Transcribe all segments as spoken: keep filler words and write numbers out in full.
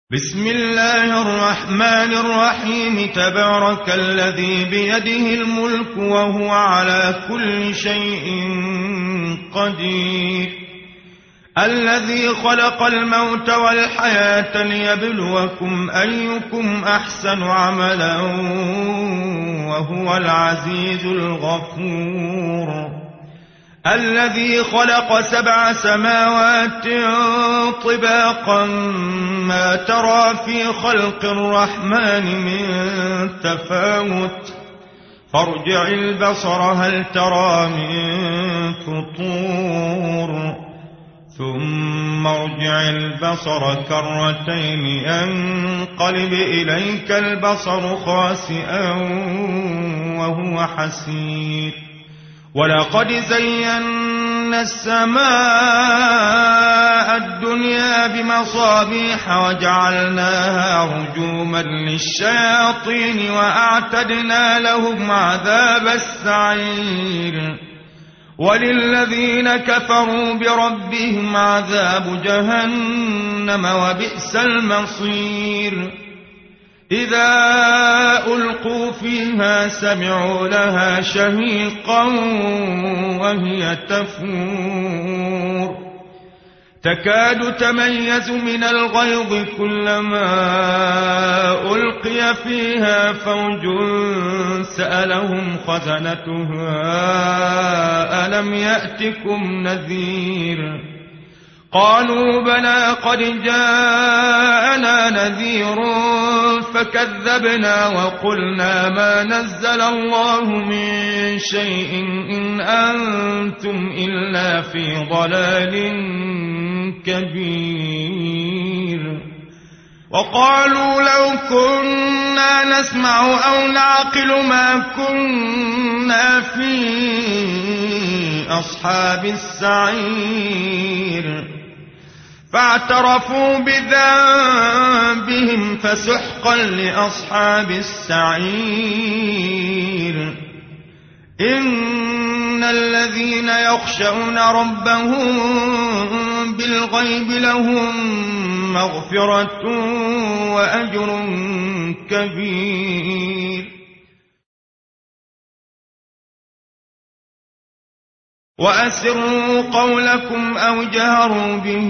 بسم الله الرحمن الرحيم تبارك الذي بيده الملك وهو على كل شيء قدير الذي خلق الموت والحياة ليبلوكم أيكم أحسن عملا وهو العزيز الغفور الذي خلق سبع سماوات طباقا ما ترى في خلق الرحمن من تفاوت فارجع البصر هل ترى من فطور ثم ارجع البصر كرتين ينقلب إليك البصر خاسئا وهو حسير ولقد زينا السماء الدنيا بمصابيح وجعلناها رجوما للشياطين وأعتدنا لهم عذاب السعير وللذين كفروا بربهم عذاب جهنم وبئس المصير إذا ألقوا فيها سمعوا لها شهيقا وهي تفور تكاد تميز من الغيظ كلما ألقي فيها فوج سألهم خزنتها ألم يأتكم نذير قالوا بلى قد جاءنا نذير فكذبنا وقلنا ما نزل الله من شيء إن أنتم إلا في ضلال كبير وقالوا لو كنا نسمع أو نعقل ما كنا في أصحاب السعير فاعترفوا بذنبهم فسحقا لأصحاب السعير إن الذين يخشون ربهم بالغيب لهم مغفرة وأجر كبير وأسروا قولكم أو جهروا به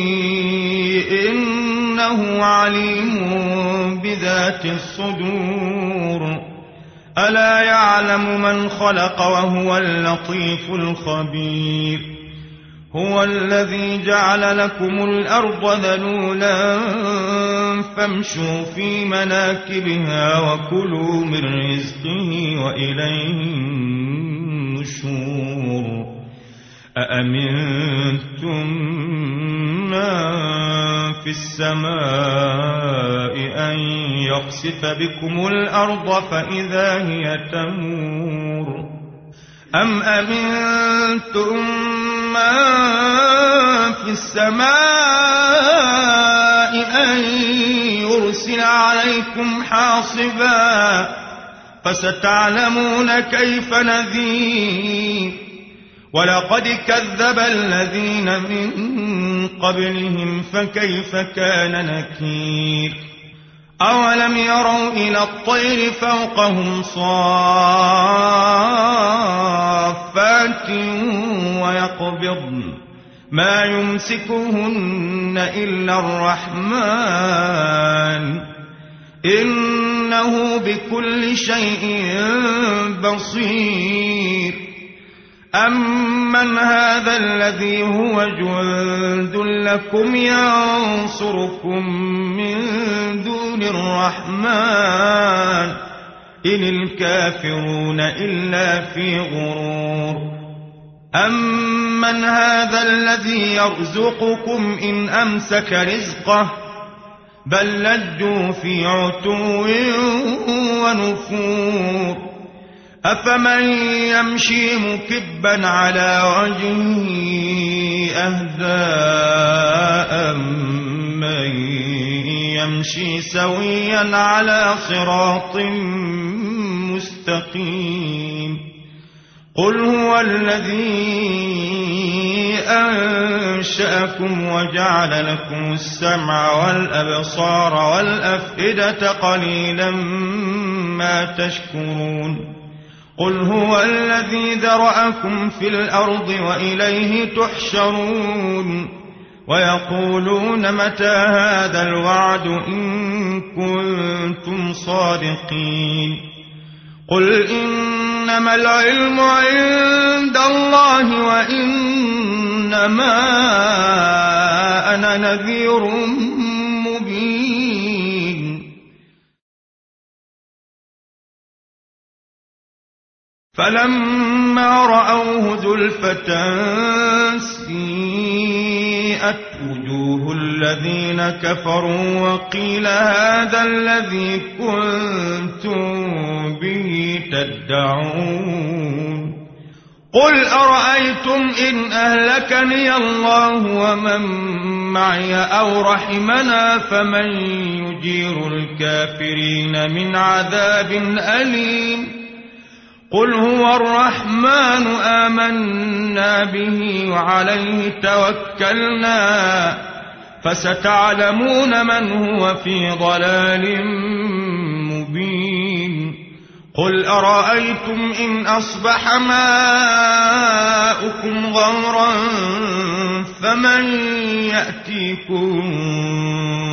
إنه عليم بذات الصدور ألا يعلم من خلق وهو اللطيف الخبير هو الذي جعل لكم الأرض ذلولا فامشوا في مناكبها وكلوا من رزقه وإليه النشور أأمنتم من في السماء أن يخسف بكم الأرض فإذا هي تمور أم أمنتم من في السماء أن يرسل عليكم حاصبا فستعلمون كيف نذير ولقد كذب الذين من قبلهم فكيف كان نكير أولم يروا إلى الطير فوقهم صافات ويقبضن ما يمسكهن إلا الرحمن إنه بكل شيء بصير أمن هذا الذي هو جند لكم ينصركم من دون الرحمن إن الكافرون إلا في غرور أمن هذا الذي يرزقكم إن أمسك رزقه بل لجوا في عتو ونفور أفمن يمشي مكبا على وجهه أهدى أمن يمشي سويا على صراط مستقيم قل هو الذي أنشأكم وجعل لكم السمع والأبصار والأفئدة قليلا ما تشكرون قل هو الذي ذرأكم في الأرض وإليه تحشرون ويقولون متى هذا الوعد إن كنتم صادقين قل إنما العلم عند الله وإنما أنا نذير مبين فلما رأوه زلفة سيئت وجوه الذين كفروا وقيل هذا الذي كنتم به تدعون قل أرأيتم إن أهلكني الله ومن معي أو رحمنا فمن يجير الكافرين من عذاب أليم قل هو الرحمن آمنا به وعليه توكلنا فستعلمون من هو في ضلال مبين قل أرأيتم إن أصبح ماؤكم غورا فمن يأتيكم